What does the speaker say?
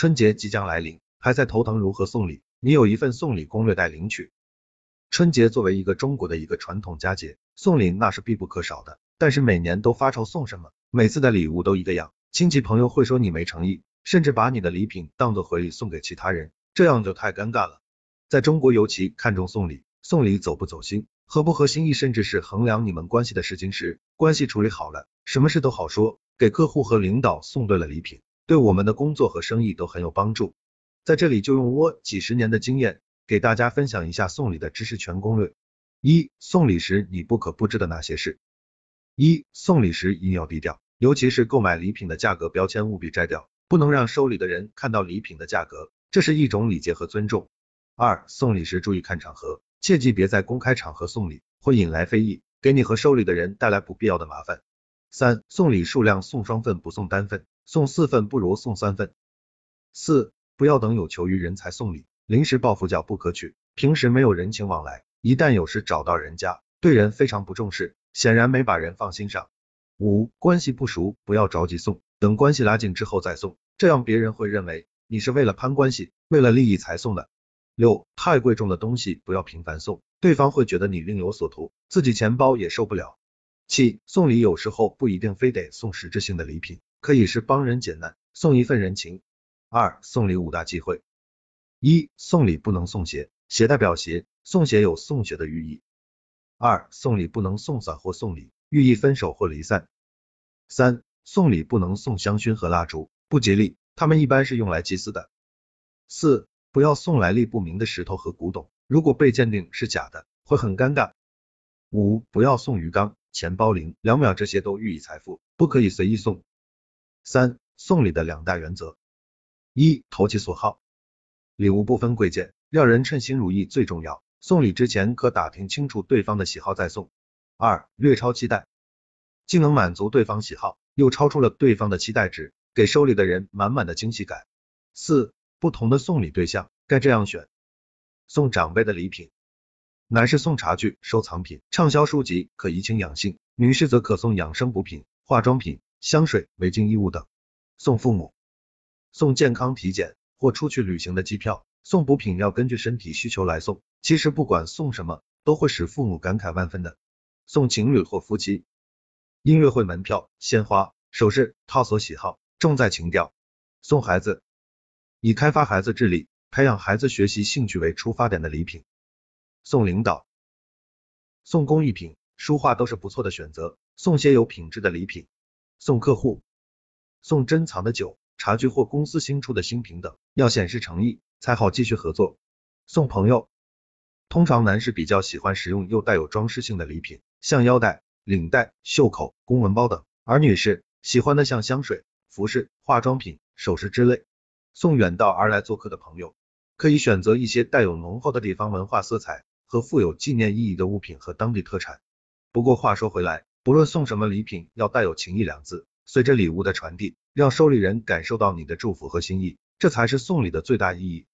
春节即将来临，还在头疼如何送礼？你有一份送礼攻略待领取。春节作为一个中国的一个传统佳节，送礼那是必不可少的。但是每年都发愁送什么，每次的礼物都一个样，亲戚朋友会说你没诚意，甚至把你的礼品当作回礼送给其他人，这样就太尴尬了。在中国尤其看重送礼，送礼走不走心，合不合心意，甚至是衡量你们关系的事情时，关系处理好了，什么事都好说。给客户和领导送对了礼品，对我们的工作和生意都很有帮助。在这里就用我几十年的经验，给大家分享一下送礼的知识全攻略。一、送礼时你不可不知的那些事。一、送礼时一定要低调，尤其是购买礼品的价格标签务必摘掉，不能让收礼的人看到礼品的价格，这是一种礼节和尊重。二、送礼时注意看场合，切记别在公开场合送礼，会引来非议，给你和收礼的人带来不必要的麻烦。三、送礼数量送双份不送单份，送4份不如送3份。四、不要等有求于人才送礼，临时抱佛脚不可取，平时没有人情往来，一旦有事找到人家，对人非常不重视，显然没把人放心上。五、关系不熟不要着急送，等关系拉近之后再送，这样别人会认为你是为了攀关系，为了利益才送的。六、太贵重的东西不要频繁送，对方会觉得你另有所图，自己钱包也受不了。七、送礼有时候不一定非得送实质性的礼品，可以是帮人解难，送一份人情。二、送礼5大忌讳。一、送礼不能送鞋，鞋代表鞋，送鞋有送血的寓意。二、送礼不能送伞或送礼，寓意分手或离散。三、送礼不能送香薰和蜡烛，不吉利，它们一般是用来祭祀的。四、不要送来历不明的石头和古董，如果被鉴定是假的，会很尴尬。五、不要送鱼缸、钱包铃、2秒，这些都寓意财富，不可以随意送。三、送礼的2大原则。一、投其所好，礼物不分贵贱，让人称心如意最重要，送礼之前可打听清楚对方的喜好再送。二、略超期待，既能满足对方喜好，又超出了对方的期待值，给收礼的人满满的惊喜感。四、不同的送礼对象，该这样选。送长辈的礼品，男士送茶具、收藏品、畅销书籍，可怡情养性；女士则可送养生补品、化妆品、香水、围巾、衣物等。送父母，送健康体检或出去旅行的机票。送补品要根据身体需求来送，其实不管送什么，都会使父母感慨万分的。送情侣或夫妻，音乐会门票、鲜花、首饰、套索喜好，重在情调。送孩子，以开发孩子智力、培养孩子学习兴趣为出发点的礼品。送领导，送工艺品、书画都是不错的选择，送些有品质的礼品。送客户，送珍藏的酒、茶具或公司新出的新品等，要显示诚意，才好继续合作。送朋友，通常男士比较喜欢实用又带有装饰性的礼品，像腰带、领带、袖口、公文包等，而女士喜欢的像香水、服饰、化妆品、首饰之类。送远道而来做客的朋友，可以选择一些带有浓厚的地方文化色彩和富有纪念意义的物品和当地特产。不过话说回来，不论送什么礼品，要带有情意2字，随着礼物的传递，让收礼人感受到你的祝福和心意，这才是送礼的最大意义。